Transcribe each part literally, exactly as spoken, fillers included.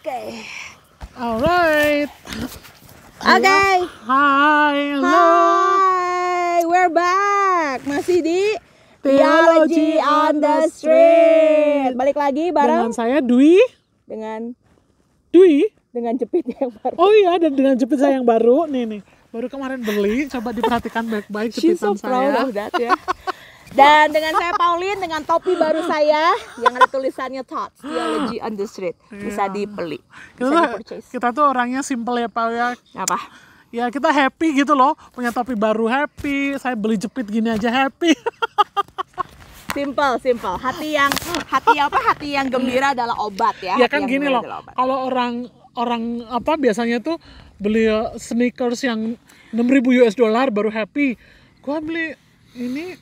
Okay. Alright. Okay. Hi. Hello. Hi. We're back. Masih di Theology on the Street. Balik lagi bareng Dengan saya Dwi. dengan Dwi. dengan jepit yang baru. Oh iya, dan dengan jepit saya yang baru. Nih nih. Baru kemarin beli. Coba diperhatikan baik-baik She's so jepitan proud saya. of that ya. Dan dengan saya Pauline dengan topi baru saya yang ada tulisannya Thoughts Theology on the Street. Bisa dibeli. Bisa Kita, di-purchase. kita tuh orangnya simple ya Pak ya. Apa? Ya kita happy gitu loh. Punya topi baru happy. Saya beli jepit gini aja happy. Simple, simple. Hati yang hati apa? Hati yang gembira adalah obat ya. Ya Hati kan yang gini gembira loh. adalah obat. Kalau orang orang apa biasanya tuh beli uh, sneakers yang enam ribu U S dollar baru happy. Gua beli ini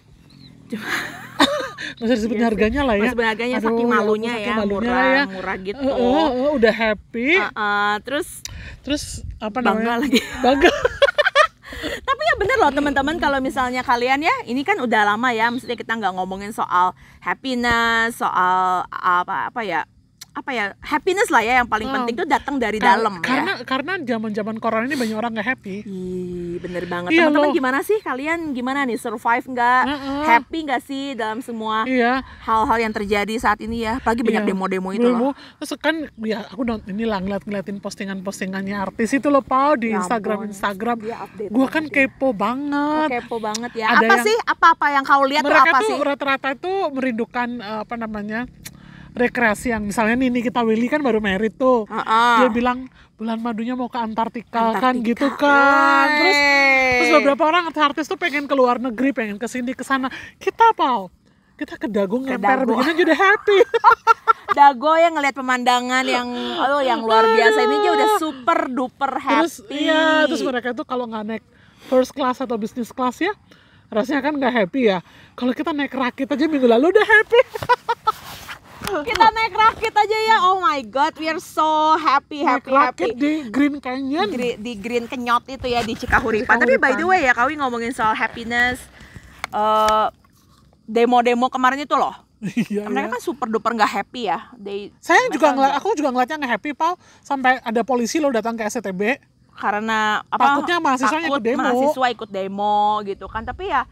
nggak usah disebutin Iya harganya lah ya. Sebenarnya harganya Aduh, saking malunya saking ya, malunya murah, lah ya. murah gitu. Uh, uh, uh, udah happy. Uh, uh, terus Terus apa bangga namanya? lagi. Bangga. Tapi ya bener loh teman-teman, kalau misalnya kalian ya, ini kan udah lama ya, maksudnya kita nggak ngomongin soal happiness, soal apa apa ya, apa ya happiness lah ya, yang paling Oh. penting tuh datang dari Kar- dalam karena ya. karena zaman-zaman corona ini banyak orang nggak happy. Ih, bener banget. Iya Teman-teman loh. gimana sih kalian, gimana nih, survive nggak, Uh-uh. happy nggak sih dalam semua Iya. hal-hal yang terjadi saat ini ya, apalagi banyak Iya. demo-demo itu Demo. loh. Terus kan ya aku nont- inilah ngeliat-ngeliatin postingan-postingannya artis itu loh Pau di Ya Instagram ampun. Instagram. Dia update Gua terus kan ya. kepo banget. Kepo banget ya. Ada Apa yang- sih? Apa-apa yang kau lihat tuh Mereka apa tuh sih? rata-rata tuh merindukan eh, apa namanya rekreasi yang misalnya nih, nih kita Willy kan baru married tuh. Uh-uh. Dia bilang bulan madunya mau ke Antartika, kan Antartika. gitu kan. Terus Wey. terus beberapa orang artis tuh pengen ke luar negeri, pengen ke sini ke sana. Kita Pau, kita ke Dago Ke ngemper Dago. begini aja udah happy. Dago yang ngelihat pemandangan yang aduh yang luar biasa ini aja udah super duper happy. Terus iya, terus mereka tuh kalau nggak naik first class atau business class ya, rasanya kan nggak happy ya. Kalau kita naik rakit aja minggu lalu udah happy. Kita naik rakit aja ya. Oh my god, we are so happy Naik happy happy. rakit di Green Canyon. Di, di Green Kenyot itu ya di Cikahuripan. Tapi by the way ya, Kawi ngomongin soal happiness, eh, demo-demo kemarin itu loh. Iya, Mereka iya. kan super duper nggak happy ya. They, Saya mereka juga ngeliat, nggak- aku juga ngeliatnya nggak happy Pau. Sampai ada polisi loh datang ke S C T B. karena apa? Takutnya mahasiswanya takut ikut demo. mahasiswa ikut demo gitu kan. Tapi ya,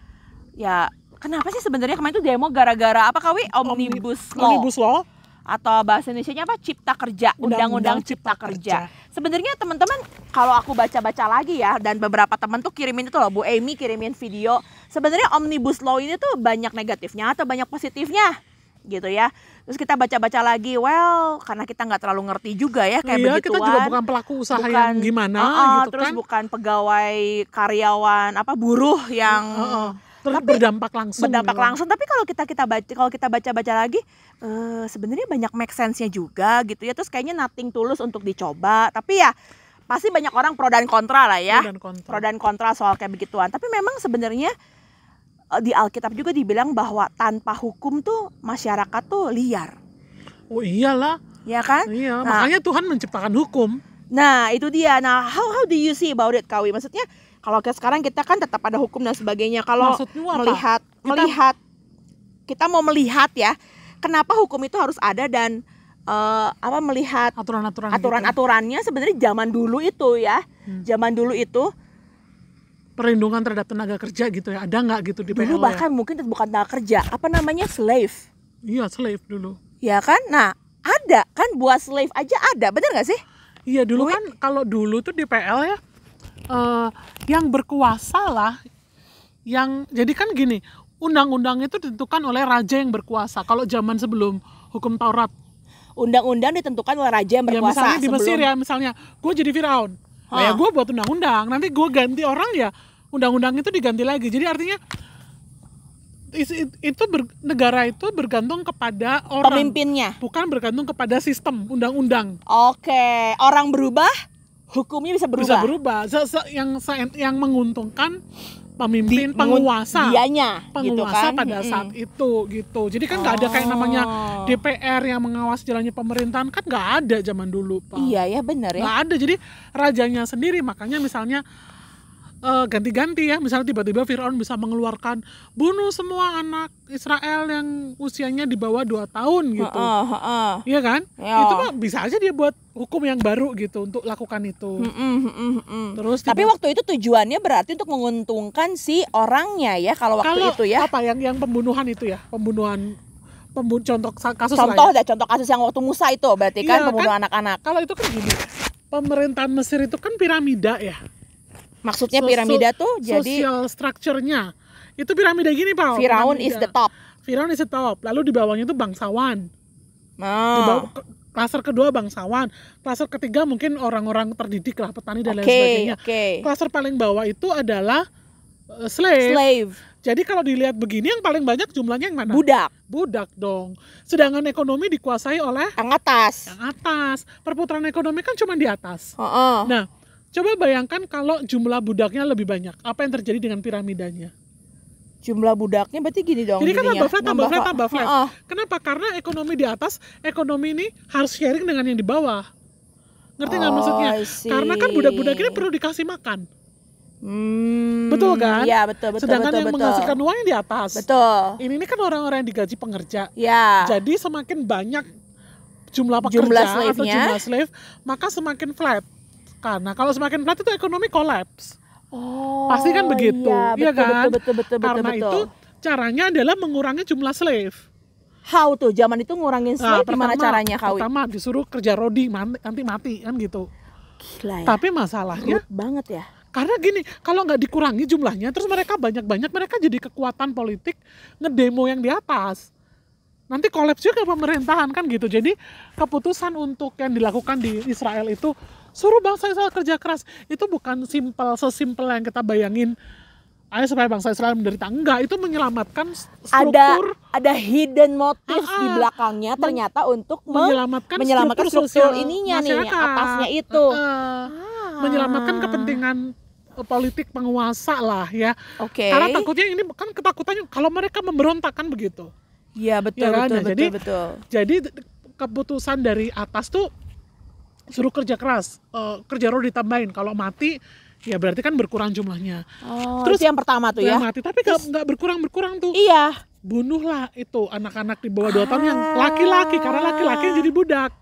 ya kenapa sih sebenarnya kemarin itu demo gara-gara apa Kawi? Omnibus Law. Omnibus Law. Atau bahasa Indonesianya apa, cipta kerja, undang-undang Undang-undang cipta Cipta kerja. Kerja. Sebenarnya teman-teman kalau aku baca-baca lagi ya, dan beberapa teman tuh kirimin itu loh, Bu Amy kirimin video. Sebenarnya omnibus law ini tuh banyak negatifnya atau banyak positifnya gitu ya. Terus kita baca-baca lagi, well karena kita nggak terlalu ngerti juga ya kayak Iya, begituan. kita juga bukan pelaku usaha Bukan- yang gimana uh-uh, gitu terus kan. bukan pegawai karyawan apa buruh yang Uh-uh. Ter- tapi berdampak langsung. berdampak gitu. langsung. Tapi kalau kita kita baca kalau kita baca-baca lagi eh, sebenarnya banyak make sense-nya juga gitu ya. Terus kayaknya nothing tulus untuk dicoba. Tapi ya pasti banyak orang pro dan kontra lah ya. Pro dan kontra. Pro dan kontra soal kayak begituan. Tapi memang sebenarnya eh, di Alkitab juga dibilang bahwa tanpa hukum tuh masyarakat tuh liar. Oh iyalah. Ya kan? Iya, Nah. makanya Tuhan menciptakan hukum. Nah itu dia. Nah how how do you see about it Kawi? Maksudnya kalau kayak sekarang kita kan tetap ada hukum dan sebagainya. Kalau Maksudnya apa? melihat Kita- melihat kita mau melihat ya, kenapa hukum itu harus ada dan eh, apa melihat Aturan-aturan gitu. aturan-aturannya sebenarnya zaman dulu itu ya. Hmm. Zaman dulu itu Perlindungan terhadap tenaga kerja gitu ya. Ada nggak gitu di P L dulu ya? bahkan mungkin bukan tenaga kerja, apa namanya slave. Iya, slave dulu. Ya kan? Nah, ada kan buat slave aja ada. Bener nggak sih? Iya, dulu Duit. kan kalau dulu tuh di P L ya eh, yang berkuasa lah, yang jadi kan gini, undang-undang itu ditentukan oleh raja yang berkuasa. Kalau zaman sebelum hukum Taurat, Undang-undang ditentukan oleh raja yang ya berkuasa misalnya di sebelum Mesir ya, misalnya gue jadi Firaun, nah, ya Hah. gue buat undang-undang, nanti gue ganti orang ya, undang-undang itu diganti lagi. Jadi artinya is- it- itu ber- negara itu bergantung kepada orang, pemimpinnya. bukan bergantung kepada sistem undang-undang. Oke, orang berubah, hukumnya bisa berubah. Bisa berubah. Se- se- yang se- yang menguntungkan pemimpin, Di- penguasa, dianya, gitu penguasa kan? pada Mm-mm. saat itu gitu. Jadi kan nggak ada kayak namanya Oh. D P R yang mengawasi jalannya pemerintahan, kan nggak ada zaman dulu, Pak. Iya ya benar ya. Nggak ada. Jadi rajanya sendiri, makanya misalnya eh, ganti-ganti ya. Misalnya tiba-tiba Firaun bisa mengeluarkan bunuh semua anak Israel yang usianya di bawah dua tahun gitu. Heeh, heeh. Iya kan? Ya. Itu mah bisa aja dia buat hukum yang baru gitu untuk lakukan itu. Mm-mm, mm-mm, mm. Terus Tapi tiba- waktu itu tujuannya berarti untuk menguntungkan si orangnya ya kalau waktu kalau itu ya. apa yang yang pembunuhan itu ya, pembunuhan pembunuh contoh sa- kasus lah Contoh ya. dah, contoh kasus yang waktu Musa itu berarti kan Iya, pembunuh kan? anak-anak. Kalau itu kan gini, pemerintahan Mesir itu kan piramida ya. Maksudnya So- piramida so- tuh jadi social structure-nya itu piramida gini Pak. Firaun piramida. is the top. Firaun is the top. Lalu di bawahnya itu bangsawan. Di Nah, bawah ke- klaster kedua bangsawan. Klaster ketiga mungkin orang-orang terdidik lah, petani dan lain oke, sebagainya. oke. Klaster paling bawah itu adalah uh, slave. Slave, Jadi kalau dilihat begini yang paling banyak jumlahnya yang mana? budak, Budak dong. Sedangkan ekonomi dikuasai oleh yang atas. yang atas. Perputaran ekonomi kan cuma di atas. Heeh. Nah, coba bayangkan kalau jumlah budaknya lebih banyak. Apa yang terjadi dengan piramidanya? Jumlah budaknya berarti gini dong. Jadi kan jadinya. tambah flat, tambah flat, tambah flat. Heeh. Kenapa? Karena ekonomi di atas, ekonomi ini harus sharing dengan yang di bawah. Ngerti nggak Oh, maksudnya? I see. Karena kan budak-budak ini perlu dikasih makan. Hmm, Betul kan? Iya, betul, betul, Sedangkan betul, yang betul. menghasilkan uang yang di atas. Betul. Ini, ini kan orang-orang yang digaji pengerja. Ya. Jadi semakin banyak jumlah pekerja Jumlah atau slave-nya. jumlah slave, maka semakin flat. Karena kalau semakin flat itu ekonomi kolaps. Oh, Pasti kan begitu, iya, iya betul, kan? Betul, betul, betul, betul, Karena betul. itu caranya adalah mengurangi jumlah slave. How tuh zaman itu ngurangin slave gimana pertama- caranya Kawi? Pertama disuruh kerja rodi man- nanti mati kan gitu. Gila ya. Tapi masalahnya Rude banget ya. karena gini, kalau nggak dikurangi jumlahnya, terus mereka banyak-banyak, mereka jadi kekuatan politik ngedemo yang di atas. Nanti kolaps juga pemerintahan kan gitu. Jadi keputusan untuk yang dilakukan di Israel itu suruh bangsa Israel kerja keras. Itu bukan simpel sesimpel yang kita bayangin. Ayo supaya bangsa Israel menderita. Enggak, itu menyelamatkan Ada struktur, ada hidden motif Ah, di ah. belakangnya Men- ternyata untuk me- menyelamatkan, menyelamatkan struktur, struktur sosial ininya nih, masyarakat. atasnya itu. Uh-uh. Ah. Menyelamatkan kepentingan uh, politik penguasa lah ya. Oke. Karena takutnya ini kan ketakutannya kalau mereka memberontak kan begitu. Iya, betul, Ya kan? betul, Nah, betul, jadi- betul. Jadi d- keputusan dari atas tuh suruh kerja keras, uh, kerja roh ditambahin. Kalau mati ya berarti kan berkurang jumlahnya. Oh, Terus itu yang pertama tuh ya. Yang mati, tapi nggak nggak berkurang-berkurang tuh. Iya. Bunuhlah itu anak-anak di bawah dua tahun yang Ah. laki-laki, karena laki-laki yang jadi budak.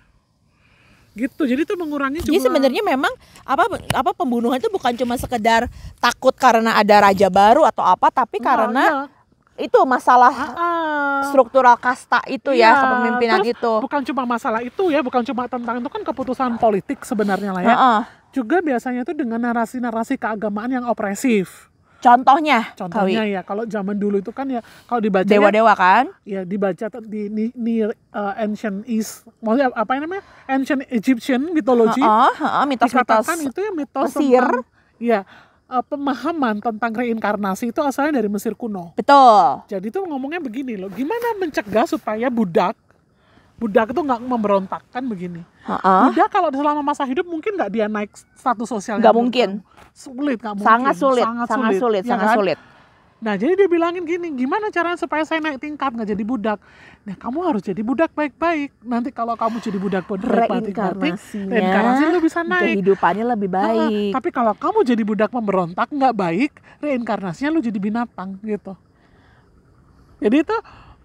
Gitu, jadi itu mengurangi Jadi jumlah. sebenarnya memang apa apa pembunuhan itu bukan cuma sekedar takut karena ada raja baru atau apa, tapi Enggak, karena iya. itu masalah Ah, struktural kasta itu iya. ya, kepemimpinan Terus itu. bukan cuma masalah itu ya, bukan cuma tentang itu kan keputusan politik sebenarnya lah ya. Heeh. Juga biasanya itu dengan narasi-narasi keagamaan yang opresif. Contohnya, Contohnya Kawi, ya, kalau zaman dulu itu kan ya kalau dibaca ya, dewa-dewa kan? ya dibaca tuh di ni- near uh, ancient East, maksudnya apa yang namanya? Ancient Egyptian mythology. Heeh, heeh, mitos-mitos Dikatakan itu ya mitos Mesir. tentang ya uh, pemahaman tentang reinkarnasi itu asalnya dari Mesir kuno. betul. Jadi itu ngomongnya begini loh, gimana mencegah supaya budak budak itu nggak memberontak kan begini. Heeh. Budak kalau selama masa hidup mungkin nggak dia naik status sosialnya. Nggak mungkin. Sulit, nggak mungkin. Sangat sulit, sangat sulit, ya sangat kan? sulit. Nah jadi dia bilangin gini, gimana caranya supaya saya naik tingkat nggak jadi budak? Nah kamu harus jadi budak baik-baik. Nanti kalau kamu jadi budak baik-baik, Reinkarnasinya, reinkarnasi lu bisa naik. kehidupannya lebih Ah, baik. tapi kalau kamu jadi budak pemberontak nggak baik, reinkarnasinya lu jadi binatang gitu. Jadi itu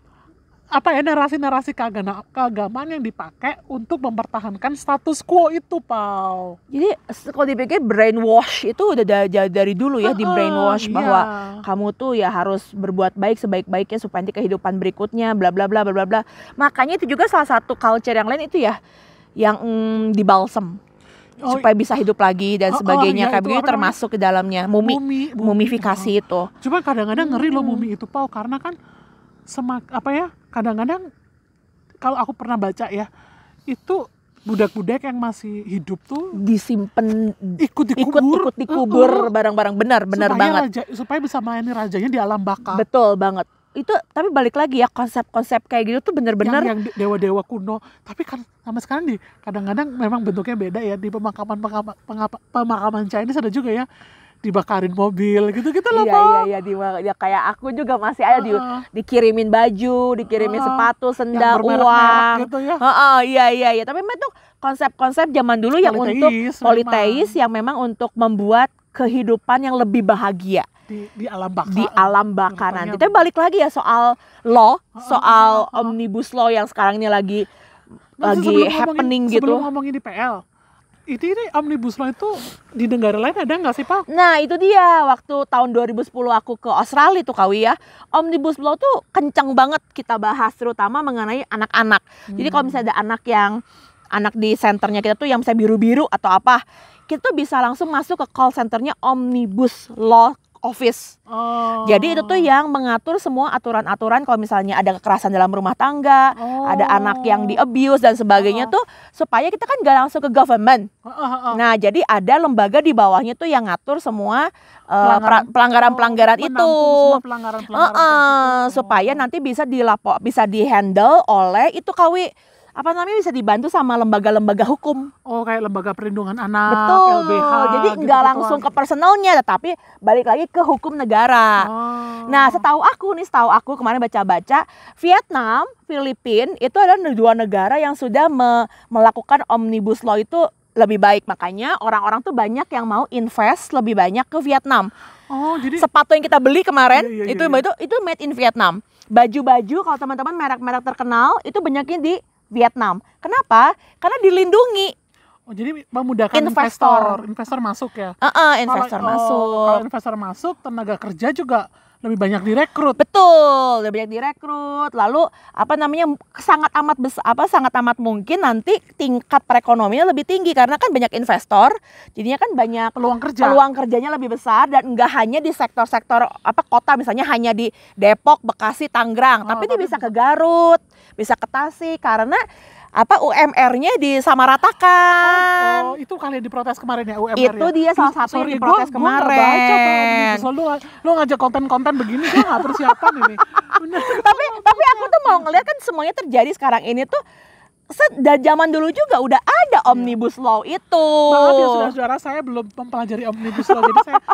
apa ya, narasi-narasi keagama- keagamaan yang dipakai untuk mempertahankan status quo itu, Pau. Jadi s- kalau dipikir brainwash itu udah da- da- dari dulu ya, di Heeh, brainwash iya. bahwa kamu tuh ya harus berbuat baik sebaik-baiknya supaya nanti kehidupan berikutnya bla bla bla bla bla bla. Makanya itu juga salah satu culture yang lain itu ya yang mm, dibalsem Oh, supaya bisa hidup lagi dan Oh, oh, sebagainya iya, kayak itu begitu apa termasuk ke dalamnya mumi, mumi, mumifikasi Oh. itu. Cuma kadang-kadang ngeri loh Hmm. mumi itu, Pau, karena kan semak apa ya, kadang-kadang kalau aku pernah baca ya, itu budak-budak yang masih hidup tuh Disimpan ikut ikut dikubur, ikut dikubur Heeh. barang-barang benar benar supaya banget. raja, supaya bisa melayani rajanya di alam baka. Betul banget. Itu tapi balik lagi ya, konsep-konsep kayak gitu tuh bener-bener yang, yang de- dewa-dewa kuno, tapi kan sampai sekarang di kadang-kadang memang bentuknya beda ya, di pemakaman pemakaman, pengapa- pemakaman Chinese ada juga ya dibakarin mobil gitu-gitu loh, iya Pak. iya iya di, ya kayak aku juga masih ada di, Heeh. dikirimin baju, dikirimin Heeh. sepatu, sendal, Yang bermerek-merek uang. gitu ya. Heeh, iya iya iya. Tapi memang tuh konsep-konsep zaman dulu yang untuk Politeis, politeis yang memang untuk membuat kehidupan yang lebih bahagia di, di alam baka di alam baka Rupanya- nanti. Tapi balik lagi ya soal law, soal uh, uh. omnibus law yang sekarang ini lagi Nah, lagi sebelum happening ngomongin, gitu. Sebelum ngomongin di P L, itu ini omnibus law itu di negara lain ada nggak sih, Pak? Nah itu dia, waktu tahun dua ribu sepuluh aku ke Australia tuh Kawi ya, omnibus law tuh kencang banget kita bahas, terutama mengenai anak-anak. Jadi kalau misalnya ada anak yang anak di senternya kita tuh yang misalnya biru-biru atau apa, kita tuh bisa langsung masuk ke call centernya omnibus law office. Oh. Jadi itu tuh yang mengatur semua aturan-aturan kalau misalnya ada kekerasan dalam rumah tangga, Oh. ada anak yang di abuse dan sebagainya Oh. tuh, supaya kita kan gak langsung ke government. Uh, uh, uh. Nah, jadi ada lembaga di bawahnya tuh yang ngatur semua uh, Pelanggaran- pra- pelanggaran-pelanggaran Oh, itu. menampung semua pelanggaran-pelanggaran Uh-uh, kayak gitu. supaya nanti bisa dilapor, bisa dihandle oleh itu Kawi, apa namanya, bisa dibantu sama lembaga-lembaga hukum. Oh, kayak lembaga perlindungan anak, Betul. L B H. Jadi gitu-gitu. nggak langsung ke personalnya, tetapi balik lagi ke hukum negara. Oh. Nah, setahu aku nih, setahu aku kemarin baca-baca, Vietnam, Filipina itu adalah dua negara yang sudah me- melakukan omnibus law itu lebih baik. Makanya orang-orang tuh banyak yang mau invest lebih banyak ke Vietnam. Oh, jadi Sepatu yang kita beli kemarin Iya, iya, itu iya, iya. itu itu made in Vietnam. Baju-baju kalau teman-teman merek-merek terkenal itu banyaknya di Vietnam. Kenapa? Karena dilindungi. oh, jadi memudahkan Investor. investor, investor masuk ya. Uh-uh, investor Kalau- oh, masuk. Kalau investor masuk, tenaga kerja juga lebih banyak direkrut. Betul, lebih banyak direkrut. Lalu apa namanya, sangat amat besar, apa sangat amat mungkin nanti tingkat perekonomiannya lebih tinggi karena kan banyak investor. Jadinya kan banyak Peluang kerja. peluang kerjanya lebih besar dan enggak hanya di sektor-sektor apa kota, misalnya hanya di Depok, Bekasi, Tangerang, Oh, tapi dia tapi bisa ke Garut, bisa ke Tasik karena apa U M R-nya disamaratakan. Oh, itu kalian diprotes kemarin ya U M R Itu ya? dia salah Ih, satu yang sorry, diprotes gua- gua nggak baca tuh kemarin. Omnibus Law. Lu, lu ngajak konten-konten begini, gue nggak persiapan ini. Bener. tapi tapi aku tuh mau ngeliat kan semuanya terjadi sekarang ini tuh set- dan zaman dulu juga udah ada omnibus law itu. Maaf ya saudara-saudara, saya belum mempelajari Omnibus Law, jadi saya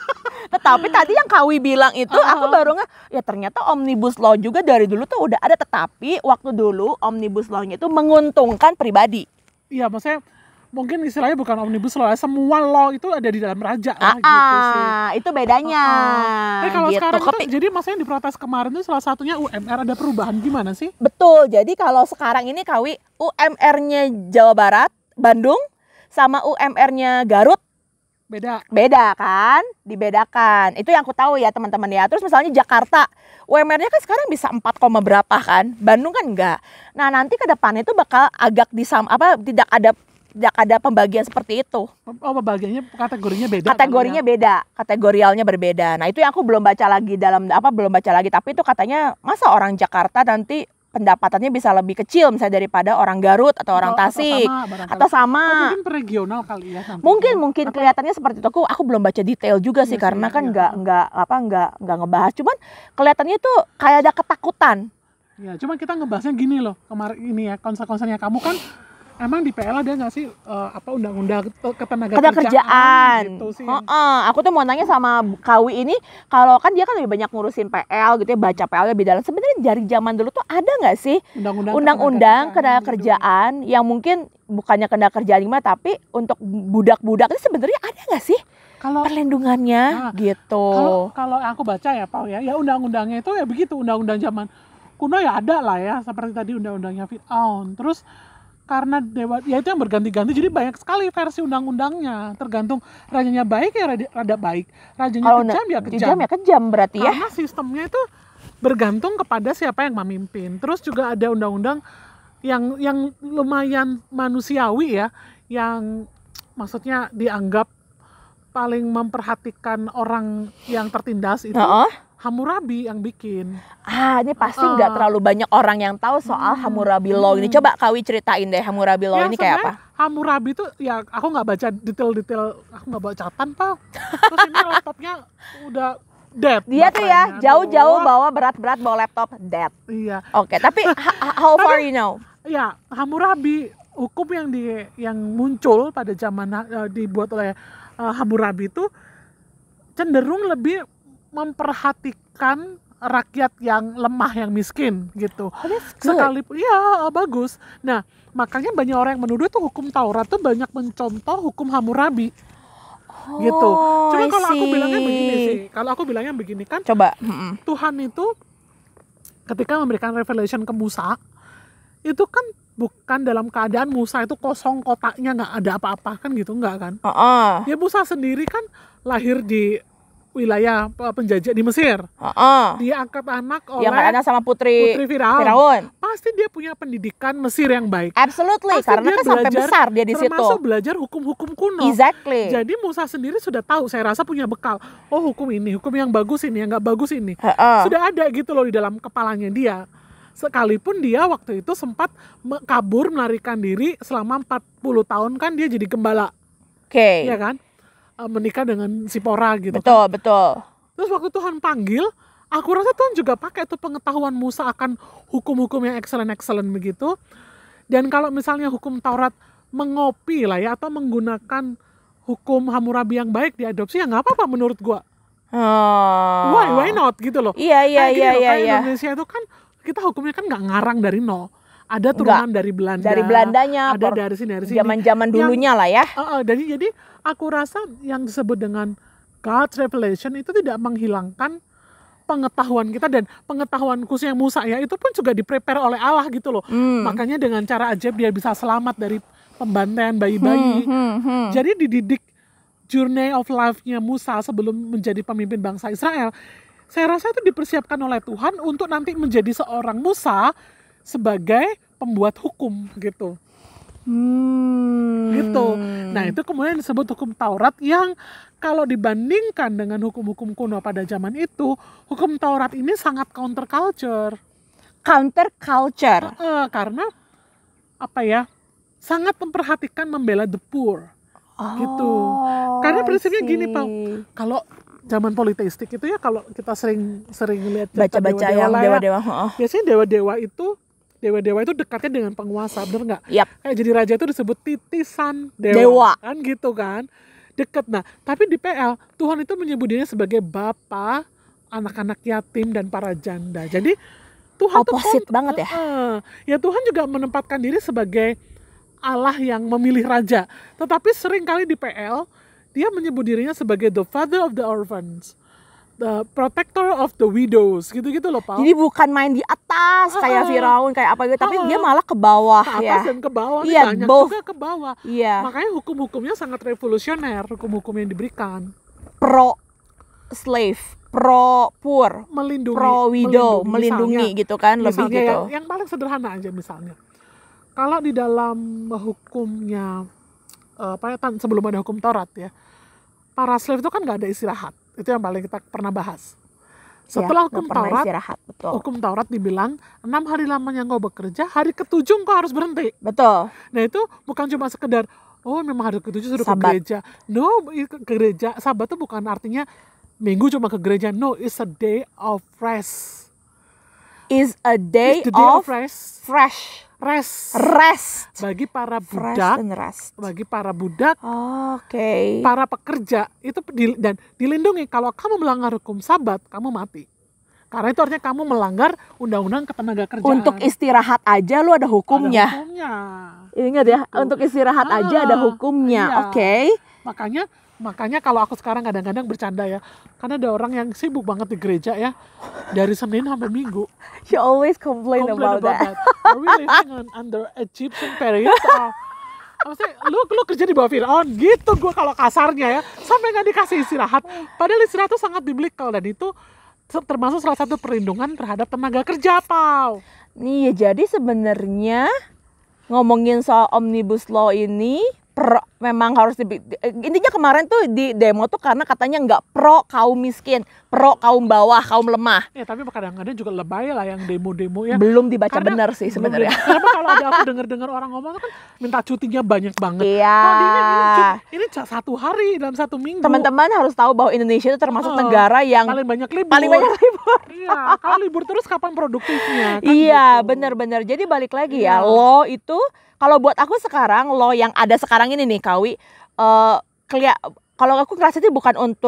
Tetapi tadi yang Kawi bilang itu Ah. aku baru nge, ya ternyata omnibus law juga dari dulu tuh udah ada, tetapi waktu dulu omnibus law-nya itu menguntungkan pribadi. iya maksudnya mungkin istilahnya bukan Omnibus Law ya, semua law itu ada di dalam raja lah Ah, gitu sih. ah, itu bedanya. Tapi kalau gitu. sekarang Kepi- tuh, jadi maksudnya di protes kemarin tuh salah satunya U M R, ada perubahan gimana sih? Betul. Jadi kalau sekarang ini Kawi, U M R-nya Jawa Barat, Bandung sama U M R-nya Garut Beda. beda kan, dibedakan. Itu yang aku tahu ya teman-teman ya. Terus misalnya Jakarta, U M R-nya kan sekarang bisa empat koma berapa kan, Bandung kan enggak. Nah nanti ke depannya itu bakal agak disam apa tidak ada tidak ada pembagian seperti itu. Oh, bagiannya kategorinya beda. Kategorinya kali ya? beda, kategorialnya berbeda. Nah itu yang aku belum baca lagi dalam apa belum baca lagi. Tapi itu katanya masa orang Jakarta nanti pendapatannya bisa lebih kecil misalnya daripada orang Garut atau orang Atau- Tasik atau sama, barangkali. atau sama. Oh, mungkin per regional kali ya nantinya. Mungkin mungkin kelihatannya seperti itu. Aku aku belum baca detail juga sih Iya sih, karena kan iya. nggak nggak apa nggak nggak ngebahas. Cuman kelihatannya tuh kayak ada ketakutan. Ya, cuma kita ngebahasnya gini loh, kemarin ini ya, konsen-konsennya kamu kan emang di P L ada nggak sih eh, apa undang-undang ketenaga Ada kerjaan. gitu sih. Heeh, aku tuh mau nanya sama Kawi ini, kalau kan dia kan lebih banyak ngurusin P L gitu ya, baca P L lebih dalam. Sebenarnya dari zaman dulu tuh ada nggak sih Undang-undang undang-undang ketenaga gitu. kerjaan yang mungkin bukannya ketenaga kerjaan gimana, tapi untuk budak-budak itu sebenarnya ada nggak sih Kalau perlindungannya Nah, gitu? kalau kalau yang aku baca ya Pak ya, ya undang-undangnya itu ya begitu, undang-undang zaman kuno ya ada lah ya, seperti tadi undang-undangnya Fir'aun. Terus karena dewa ya itu yang berganti-ganti, jadi banyak sekali versi undang-undangnya, tergantung rajanya baik ya rada, rada baik, rajanya Kalau kejam ya kejam. kejam ya kejam berarti ya. Karena sistemnya itu bergantung kepada siapa yang memimpin. Terus juga ada undang-undang yang yang lumayan manusiawi ya, yang maksudnya dianggap paling memperhatikan orang yang tertindas itu Heeh. Hammurabi yang bikin. Ah, ini pasti Uh-uh. nggak terlalu banyak orang yang tahu soal Hmm. Hammurabi Law ini. Coba Kawi ceritain deh Hammurabi Law Ya, ini kayak apa? sebenarnya Hammurabi itu ya aku nggak baca detail-detail, aku nggak bawa catatan Pak. Terus ini laptopnya udah dead. Dia tuh ya baterainya. jauh-jauh Aduh. bawa berat-berat bawa laptop dead. Iya. Oke, tapi ha- ha- how far you know? Ya, Hammurabi, hukum yang di yang muncul pada zaman eh, dibuat oleh eh, Hammurabi itu cenderung lebih memperhatikan rakyat yang lemah, yang miskin gitu. Oh, that's good. Sekalipun ya bagus. Nah, makanya banyak orang yang menuduh tuh hukum Taurat tuh banyak mencontoh hukum Hammurabi. gitu. Oh, Cuma I kalau aku bilangnya see. begini sih, kalau aku bilangnya begini kan, Coba. Mm-mm. Tuhan itu ketika memberikan revelation ke Musa, itu kan bukan dalam keadaan Musa itu kosong kotaknya nggak ada apa-apa kan gitu, nggak kan? Uh-uh. Ya Musa sendiri kan lahir di wilayah eh, penjajah di Mesir. Uh-uh. Dia angkat anak oleh Yang anak sama putri, Putri Firaun. Firaun. Pasti dia punya pendidikan Mesir yang baik. Absolutely, Pasti karena dia kan sampai belajar, besar dia di situ. termasuk belajar hukum-hukum kuno. Exactly. Jadi Musa sendiri sudah tahu, saya rasa punya bekal. Oh hukum ini, hukum yang bagus ini, yang nggak bagus ini. Uh-uh. Sudah ada gitu loh di dalam kepalanya dia. Sekalipun dia waktu itu sempat me- kabur melarikan diri selama empat puluh tahun kan dia jadi gembala. Oke. Okay. Ya kan? E, menikah dengan Sipora gitu. Betul, kan. betul. Terus waktu Tuhan panggil, aku rasa Tuhan juga pakai tuh pengetahuan Musa akan hukum-hukum yang excellent-excellent begitu. Dan kalau misalnya hukum Taurat mengopi lah ya, atau menggunakan hukum Hammurabi yang baik diadopsi, ya nggak apa-apa menurut gua. Oh. Why, why not gitu loh. Iya, iya, Kayak gini iya, loh, iya, kayak iya. Indonesia itu kan, kita hukumnya kan nggak ngarang dari nol. Ada turunan dari Belanda. Dari Belandanya, Ada por- dari sini, dari sini. zaman-zaman Yang- dulunya lah ya. Uh, uh, jadi, jadi aku rasa yang disebut dengan God's revelation itu tidak menghilangkan pengetahuan kita, dan pengetahuan khususnya Musa ya itu pun juga diprepare oleh Allah gitu loh. Hmm. Makanya dengan cara ajaib dia bisa selamat dari pembantaian bayi-bayi. Hmm, hmm, hmm. Jadi dididik journey of life-nya Musa sebelum menjadi pemimpin bangsa Israel. Saya rasa itu dipersiapkan oleh Tuhan untuk nanti menjadi seorang Musa sebagai pembuat hukum gitu. Hmm. Gitu. Nah itu kemudian disebut hukum Taurat, yang kalau dibandingkan dengan hukum-hukum kuno pada zaman itu, hukum Taurat ini sangat counterculture. Counter culture. Eh, karena apa ya, sangat memperhatikan membela the poor. Oh, Gitu. Karena I prinsipnya gini, see. Pak. Kalau zaman politeistik itu ya, kalau kita sering sering lihat Baca-baca yang lah ya, dewa-dewa. Oh. biasanya dewa-dewa itu dewa-dewa itu dekatnya dengan penguasa, bener nggak? Yap. Kayak jadi raja itu disebut titisan dewa, Dewa. kan gitu kan, deket. Nah tapi di P L Tuhan itu menyebut dirinya sebagai bapa anak-anak yatim dan para janda. Jadi Tuhan tuh Opposite kont- banget ya. eh, ya Tuhan juga menempatkan diri sebagai Allah yang memilih raja, tetapi sering kali di P L dia menyebut dirinya sebagai the father of the orphans, the protector of the widows, gitu-gitu loh, Pak. Jadi bukan main di atas kayak Ah. Firaun kayak apa gitu, tapi Ah. dia malah ke bawah Ke ya. atas dan ke bawah, nih Iya, banyak both. juga ke bawah. Iya. Makanya hukum-hukumnya sangat revolusioner, hukum-hukum yang diberikan. Pro slave, pro poor, Melindungi, pro widow, melindungi Misalnya- gitu kan, lebih misalnya gitu. Yang, yang paling sederhana aja misalnya. Kalau di dalam hukumnya, eh, apa ya, tan- sebelum ada hukum Taurat ya, para slave itu kan nggak ada istirahat. Itu yang paling kita pernah bahas. Setelah Ya, hukum nggak pernah Taurat, istirahat, betul. hukum Taurat dibilang enam hari lamanya engkau bekerja, hari ketujuh engkau harus berhenti. Betul. Nah itu bukan cuma sekedar, oh memang hari ketujuh suruh ke Sabat. gereja. No, i- ke ke gereja. Sabat itu bukan artinya minggu cuma ke gereja. No, it's a day of rest. Is a day, It's the day of, of rest. fresh Rest. rest. Bagi para Fresh budak, and rest. bagi para budak, Oke. para pekerja itu di- dan dilindungi. Kalau kamu melanggar hukum Sabat, kamu mati. Karena itu artinya kamu melanggar undang-undang ketenaga kerjaan. Untuk istirahat aja lu ada Ada hukumnya. hukumnya. Ingat ya, Gitu. untuk istirahat aja ada Ah, hukumnya. iya. Oke. Makanya makanya kalau aku sekarang kadang-kadang bercanda ya, karena ada orang yang sibuk banget di gereja ya, dari Senin sampai Minggu. You always complain, Complain about, that. Are we living on, under Egyptian period? Or, maksudnya lu lu kerja di bawah Firaun gitu, gue kalau kasarnya ya, sampai nggak dikasih istirahat. Padahal istirahat itu sangat biblical, dan itu termasuk salah satu perlindungan terhadap tenaga kerja, Pau. Nih, ya, jadi sebenarnya ngomongin soal Omnibus Law ini pro, memang harus di, intinya kemarin tuh di demo tuh karena katanya nggak pro kaum miskin, pro kaum bawah, kaum lemah. Ya tapi kadang-kadang juga lebay lah yang demo-demo ya. Belum dibaca Karena- benar sih belum sebenarnya. deh. Karena kalau ada aku dengar-dengar orang ngomong kan minta cutinya banyak banget. Iya. Oh, ini, ini, cut- ini ca- satu hari dalam satu minggu. Teman-teman harus tahu bahwa Indonesia itu termasuk Oh, negara yang paling banyak libur. paling banyak libur. Iya, kalau libur terus kapan produktifnya? Kan Iya, gitu. benar-benar. Jadi balik lagi ya, Iya. law itu kalau buat aku sekarang law yang ada sekarang ini nih, Kawi, eh kelia- kalau aku ngerasa itu bukan untuk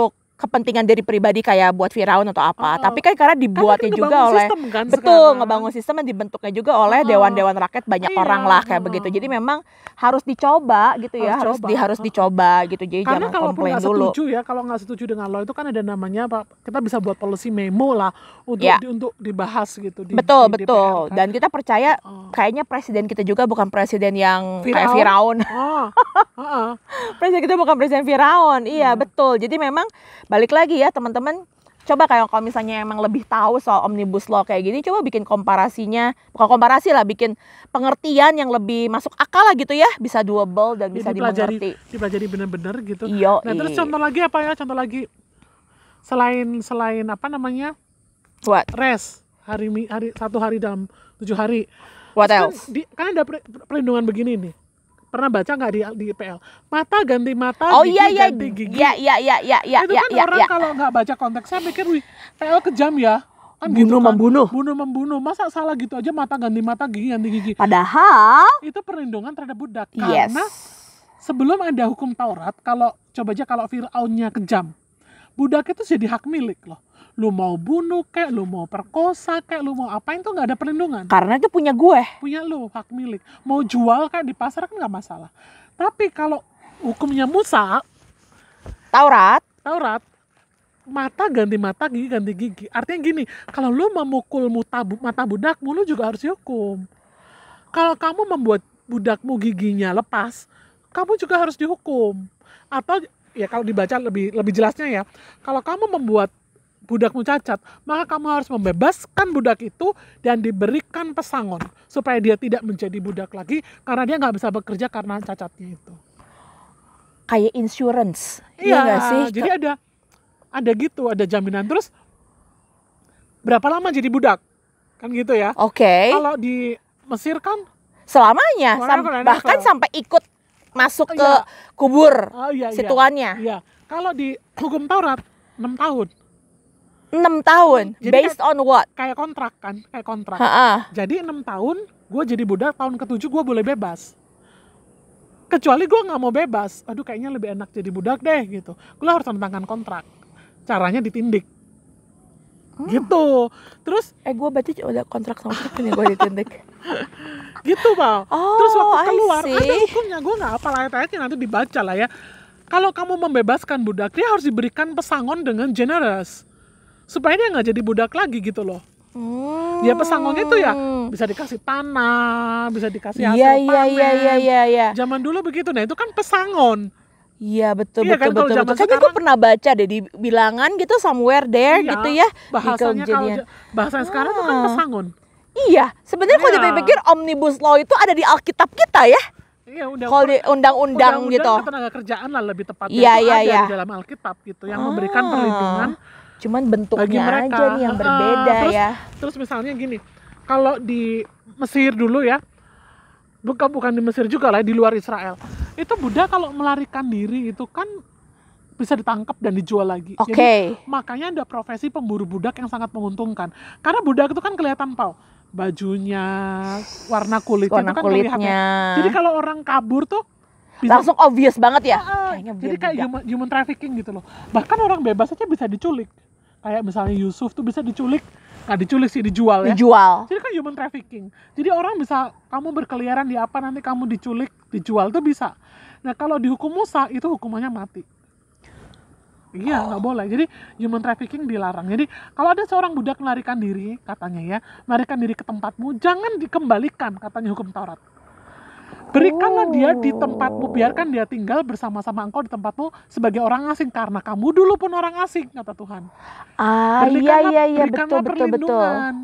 kepentingan dari pribadi kayak buat Firaun atau apa, Uh, tapi kan karena dibuatnya kan juga ngebangun oleh sistem kan betul sekarang. ngebangun sistem yang dibentuknya juga oleh Uh, dewan-dewan rakyat banyak iya, orang lah kayak uh, begitu. Jadi memang harus dicoba gitu ya, harus harus coba. di harus Uh, dicoba gitu. Jadi Karena jangan kalaupun komplain nggak dulu. setuju ya, kalau nggak setuju dengan lo itu kan ada namanya apa? Kita bisa buat policy memo lah untuk Ya. di, untuk dibahas gitu di, Betul di betul. D P R kan. Dan kita percaya Uh, kayaknya presiden kita juga bukan presiden yang kayak Firaun. Firaun. Oh, uh, uh. Presiden kita bukan presiden Firaun. Iya, Iya. betul. Jadi memang balik lagi ya teman-teman, coba kayak kalau misalnya emang lebih tahu soal Omnibus Law kayak gini, coba bikin komparasinya, bukan komparasi lah, bikin pengertian yang lebih masuk akal lah gitu ya, bisa doable dan bisa Jadi dipelajari, dimengerti. dipelajari bener-bener gitu. Iyo. Nah terus contoh lagi apa ya? Contoh lagi selain selain apa namanya What? rest hari mi- hari satu hari dalam tujuh hari. What Terus kan, else? di, kan ada per- perlindungan begini nih. Pernah baca nggak di di P L? Mata ganti mata, Oh gigi iya iya ganti gigi. iya iya iya iya iya Itu iya kan iya. orang Ya. kalau nggak baca konteksnya mikir, wih P L kejam ya. Kan Bunuh gitu kan. membunuh. Bunuh membunuh. Masa salah gitu aja mata ganti mata, gigi ganti gigi. Padahal Itu perlindungan terhadap budak. yes. Karena sebelum ada hukum Taurat, kalau coba aja kalau Fir'aunnya kejam, budak itu jadi hak milik loh. Lu mau bunuh kek, lu mau perkosa kek, lu mau apain tuh nggak ada perlindungan. Karena itu punya gue. Punya lu, hak milik. Mau jual kayak di pasar kan nggak masalah. Tapi kalau hukumnya Musa, Taurat. Taurat, mata ganti mata, gigi ganti gigi. Artinya gini, kalau lu memukul muta, mata budakmu, lu juga harus dihukum. Kalau kamu membuat budakmu giginya lepas, kamu juga harus dihukum. Atau ya kalau dibaca lebih lebih jelasnya ya, kalau kamu membuat budakmu cacat, maka kamu harus membebaskan budak itu dan diberikan pesangon supaya dia tidak menjadi budak lagi karena dia nggak bisa bekerja karena cacatnya itu. Kayak insurance. Iya Iya, nggak sih? jadi ada ada gitu, ada jaminan. Terus berapa lama jadi budak? Kan gitu ya. Oke. Kalau di Mesir kan, Selamanya, Forever sam- and bahkan ever. sampai ikut masuk ke Iya. kubur oh iya iya. si tuannya. Iya. Kalau di hukum Taurat enam tahun, enam tahun. Jadi Based on what? kayak kontrak kan, kayak kontrak. Ha-ha. Jadi enam tahun, gue jadi budak, tahun ketujuh gue boleh bebas. Kecuali gue nggak mau bebas, aduh kayaknya lebih enak jadi budak deh gitu. Gue harus tanda tangan kontrak. Caranya ditindik. Hmm. Gitu. Terus Eh gue berarti udah kontrak sama siapa nih gue ditindik. gitu Bang. Oh, Terus waktu I keluar see. ada hukumnya, gue nggak hafal ayat-ayatnya, nanti dibaca lah ya. Kalau kamu membebaskan budak, dia harus diberikan pesangon dengan generous supaya dia nggak jadi budak lagi gitu loh. Hmm. Dia pesangonnya itu ya bisa dikasih tanah, bisa dikasih hasil Iya iya panen. iya iya iya iya. Zaman dulu begitu, nah itu kan pesangon. Iya betul Iya betul kan, kalau betul. zaman betul. Kayaknya gue sekarang- pernah baca deh di bilangan gitu somewhere there Iya, gitu ya. di Bahasanya kalau kejadian. ja- bahasa sekarang itu kan Ah. pesangon. Iya, sebenarnya kalau Iya. dipikir Omnibus Law itu ada di Alkitab kita ya. Iya, udah Kalau di undang-undang gitu. ketenaga kerjaan lah lebih tepatnya, Iya, itu iya, ada iya. di dalam Alkitab gitu yang memberikan Ah. perlindungan Cuman bagi bentuknya mereka. aja nih yang Ah, berbeda terus, ya. Terus misalnya gini, kalau di Mesir dulu ya, bukan bukan di Mesir juga lah, di luar Israel, itu budak kalau melarikan diri itu kan bisa ditangkap dan dijual lagi. Oke. Jadi makanya ada profesi pemburu budak yang sangat menguntungkan. Karena budak itu kan kelihatan Pau, bajunya, warna kulitnya Warna itu kan kelihatan. kulitnya. Jadi kalau orang kabur tuh bisa Langsung obvious banget ya. Ah, Kayaknya jadi dia kayak budak. human, human trafficking gitu loh. Bahkan orang bebas aja bisa diculik. Kayak misalnya Yusuf tuh bisa diculik, nggak diculik sih, dijual ya. Dijual. Jadi kan human trafficking. Jadi orang bisa, kamu berkeliaran di apa, nanti kamu diculik, dijual tuh bisa. Nah kalau dihukum Musa itu hukumannya mati. Iya, nggak boleh. Jadi human trafficking dilarang. Jadi kalau ada seorang budak melarikan diri, katanya ya, melarikan diri ke tempatmu, jangan dikembalikan, katanya hukum Taurat. Berikanlah dia di tempatmu, biarkan dia tinggal bersama-sama engkau di tempatmu sebagai orang asing, karena kamu dulu pun orang asing, kata Tuhan. Ah iya Berikanlah- iya iya berikanlah betul betul betul. perlindungan.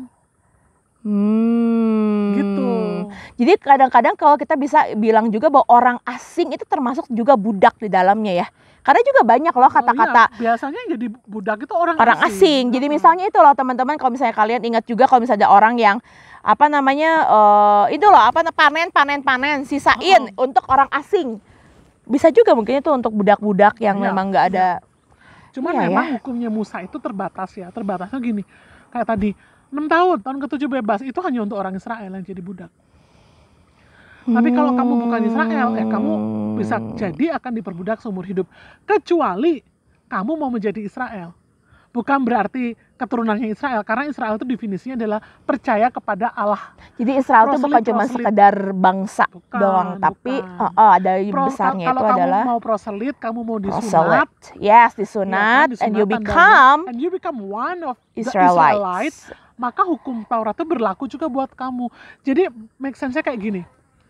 Hmm. Gitu. Jadi kadang-kadang kalau kita bisa bilang juga bahwa orang asing itu termasuk juga budak di dalamnya ya. Karena juga banyak loh kata-kata Oh, iya. Biasanya yang jadi budak itu orang, orang asing. Jadi Ah. misalnya itu loh teman-teman, kalau misalnya kalian ingat juga kalau misalnya ada orang yang apa namanya eh, itu loh apa panen panen panen sisain Oh. untuk orang asing. Bisa juga mungkin itu untuk budak-budak yang Iya, memang nggak ada. Cuman Iya, memang hukumnya Musa itu terbatas ya. Terbatasnya gini, kayak tadi enam tahun, tahun ketujuh bebas, itu hanya untuk orang Israel yang jadi budak. Tapi kalau kamu bukan Israel, ya kamu bisa jadi akan diperbudak seumur hidup. Kecuali kamu mau menjadi Israel. Bukan berarti keturunannya Israel, karena Israel itu definisinya adalah percaya kepada Allah. Jadi Israel itu Proselyt, bukan cuma proselyt. sekedar bangsa Bukan, doang, tapi bukan. oh, oh, ada Pro- besarnya kalau itu kamu adalah mau proselit, kamu mau disunat, proselyt. Yes, disunat, ya kan, and you disunat tandanya, become and you become one of the Israelites. Israelites, maka hukum Taurat itu berlaku juga buat kamu. Jadi make sense-nya kayak gini.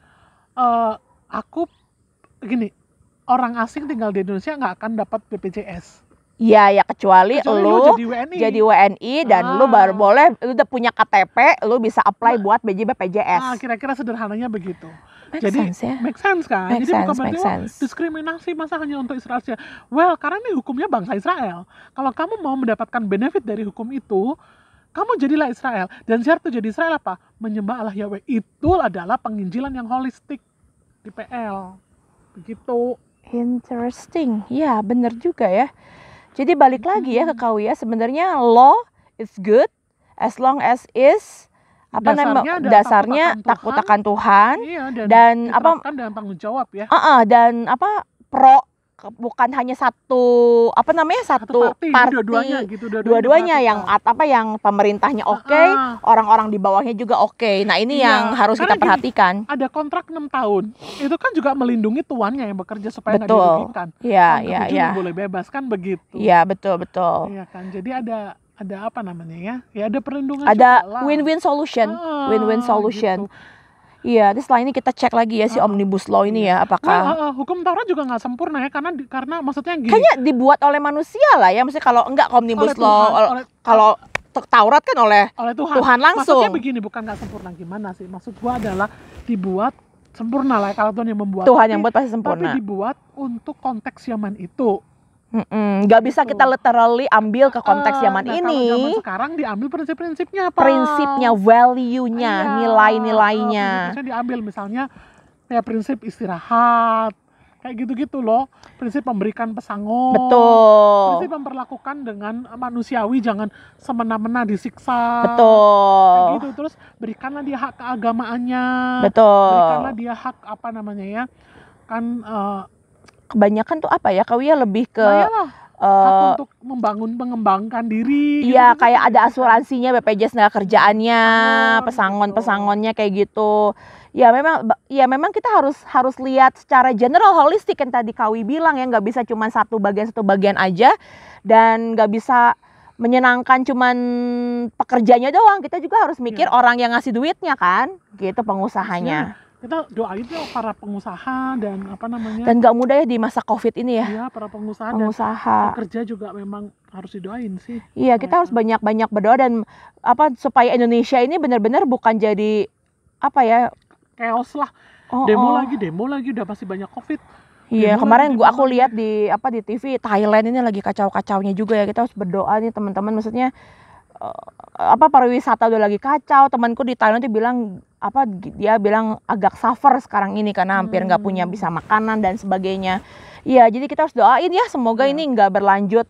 Eh, aku gini, orang asing tinggal di Indonesia nggak akan dapat B P J S. Iya, ya kecuali, Kecuali lu lu jadi W N I. jadi W N I dan lu Ah. baru boleh, lu udah punya K T P, lu bisa apply buat B J B P J S. Ah, kira-kira sederhananya begitu. Make Jadi sense ya. make sense kan? Make Jadi sense, bukan berarti make oh, sense. diskriminasi masa hanya untuk Israel saja. Well, karena ini hukumnya bangsa Israel. Kalau kamu mau mendapatkan benefit dari hukum itu, kamu jadilah Israel. Dan syarat tuh jadi Israel apa? Menyembah Allah Yahweh. Itu adalah penginjilan yang holistik di P L. Begitu. Interesting. Ya, bener juga ya. Jadi balik lagi ya ke Kawi ya, sebenarnya law is good as long as is apa Dasarnya namanya ada dasarnya takut takut akan akan Tuhan, Iya, dan, dan apa diterapkan dengan tanggung jawab ya. uh, uh, dan apa pro ke- bukan hanya satu apa namanya satu party, party, dua-duanya gitu, dua-duanya dua-duanya yang diperhatikan. at- apa yang pemerintahnya oke, Ah, ah. orang-orang di bawahnya juga oke. Nah ini Iya, yang harus karena kita gini, perhatikan. Ada kontrak enam tahun. Itu kan juga melindungi tuannya yang bekerja supaya nggak Betul. dirugikan. Iya, Tahun iya, ketujuh iya. lu boleh bebas kan begitu. Iya, betul, betul. Iya kan. Jadi ada ada apa namanya ya? Ya ada perlindungan Ada juga lah. win-win solution, Ah, win-win solution. gitu. Iya, terus setelah ini kita cek lagi ya si Ah, Omnibus Law ini ya, Well, apakah uh, uh, hukum Taurat juga nggak sempurna ya, karena di- karena maksudnya gini. kayaknya dibuat oleh manusia lah ya, maksudnya kalau enggak Omnibus Oleh Law, Tuhan, ol- oleh- kalau te- Taurat kan oleh oleh Tuhan. Tuhan langsung. Maksudnya begini, bukan nggak sempurna gimana sih? Maksud gua adalah dibuat sempurna lah ya, kalau Tuhan yang membuat. Tuhan Tapi- yang buat pasti Tapi sempurna. dibuat untuk konteks zaman itu. Mm-mm, nggak bisa Gitu. kita literally ambil ke konteks Eh, zaman nah, ini. Kalau zaman sekarang diambil prinsip-prinsipnya apa? Prinsipnya, value-nya, Iya, nilai-nilainya. eh, prinsip-prinsipnya diambil, misalnya kayak prinsip istirahat, kayak gitu-gitu loh. Prinsip memberikan pesangon. Betul. Prinsip memperlakukan dengan manusiawi, jangan semena-mena disiksa. Kayak Betul. gitu. Terus berikanlah dia hak keagamaannya. Betul. Berikanlah dia hak apa namanya ya? Kan eh Kebanyakan tuh apa ya, Kawi ya lebih ke nah yalah, hak eh, untuk membangun mengembangkan diri. iya, gitu-gitu kayak kan ada bisa. asuransinya B P J S tenaga kerjaannya, Pesangon, pesangon-pesangonnya kayak gitu. Ya memang ba- ya memang kita harus harus lihat secara general holistik yang tadi Kawi bilang ya, nggak bisa cuma satu bagian satu bagian aja, dan nggak bisa menyenangkan cuman pekerjanya doang. Kita juga harus mikir Iya. orang yang ngasih duitnya kan, gitu pengusahanya. Kita doain ya para pengusaha dan apa namanya? Dan nggak mudah ya di masa Covid ini ya, ya para pengusaha, dan pengusaha. pekerja juga memang harus didoain sih. Iya, kita harus banyak-banyak berdoa dan apa supaya Indonesia ini benar-benar bukan jadi apa ya? Chaos lah. Oh, Demo oh. lagi, demo lagi, udah pasti banyak Covid. Iya, Demo kemarin lagi, gua demo aku lagi. lihat di apa di T V Thailand ini lagi kacau-kacaunya juga ya. Kita harus berdoa nih teman-teman, maksudnya eh, apa pariwisata udah lagi kacau. Temanku di Thailand tuh bilang apa dia bilang agak suffer sekarang ini karena hampir nggak punya Hmm. bisa makanan dan sebagainya. Iya, jadi kita harus doain ya semoga Iya. ini nggak berlanjut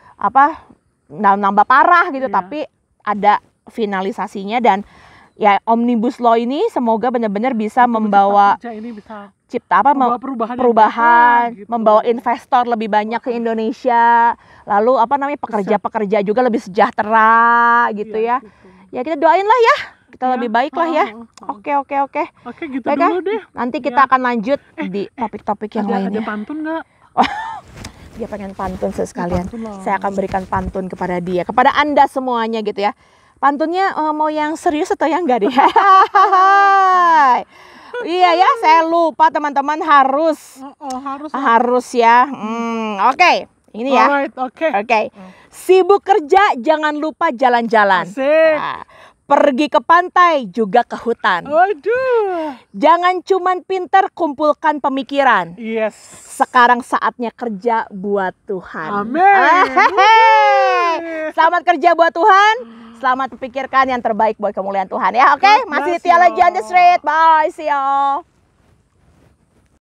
apa nam- nambah parah gitu, Iya. tapi ada finalisasinya dan ya Omnibus Law ini semoga benar-benar bisa Untuk membawa pencipta kerja ini bisa cipta apa membawa mem- perubahan, yang perubahan, baik lah, gitu. membawa investor lebih banyak ke Indonesia, lalu apa namanya pekerja-pekerja juga lebih sejahtera gitu Iya, ya. gitu. Ya kita doain lah ya, kita Ya, lebih baik lah ya. oh, oh, oh. Oke oke oke. Oke, gitu Baik, dulu deh. Nanti kita Ya. akan lanjut di topik-topik yang ada, ada lainnya. pantun nggak? Dia pengen pantun sekalian. Pantun lah. Saya akan berikan pantun kepada dia, kepada Anda semuanya gitu ya. Pantunnya eh, mau yang serius atau yang enggak deh? Iya ya, saya lupa teman-teman harus Oh, oh, harus. harus ya. Hmm, oke. Ini ya. Alright, oke. Oke. Sibuk kerja jangan lupa jalan-jalan. Asik. Nah, pergi ke pantai juga ke hutan. Waduh. Jangan cuman pinter, kumpulkan pemikiran. Yes. Sekarang saatnya kerja buat Tuhan. Amin. Hey. Selamat kerja buat Tuhan. Selamat memikirkan yang terbaik buat kemuliaan Tuhan ya. Oke, God masih bless Tia lagi on the y'all. street. Bye, see y'all.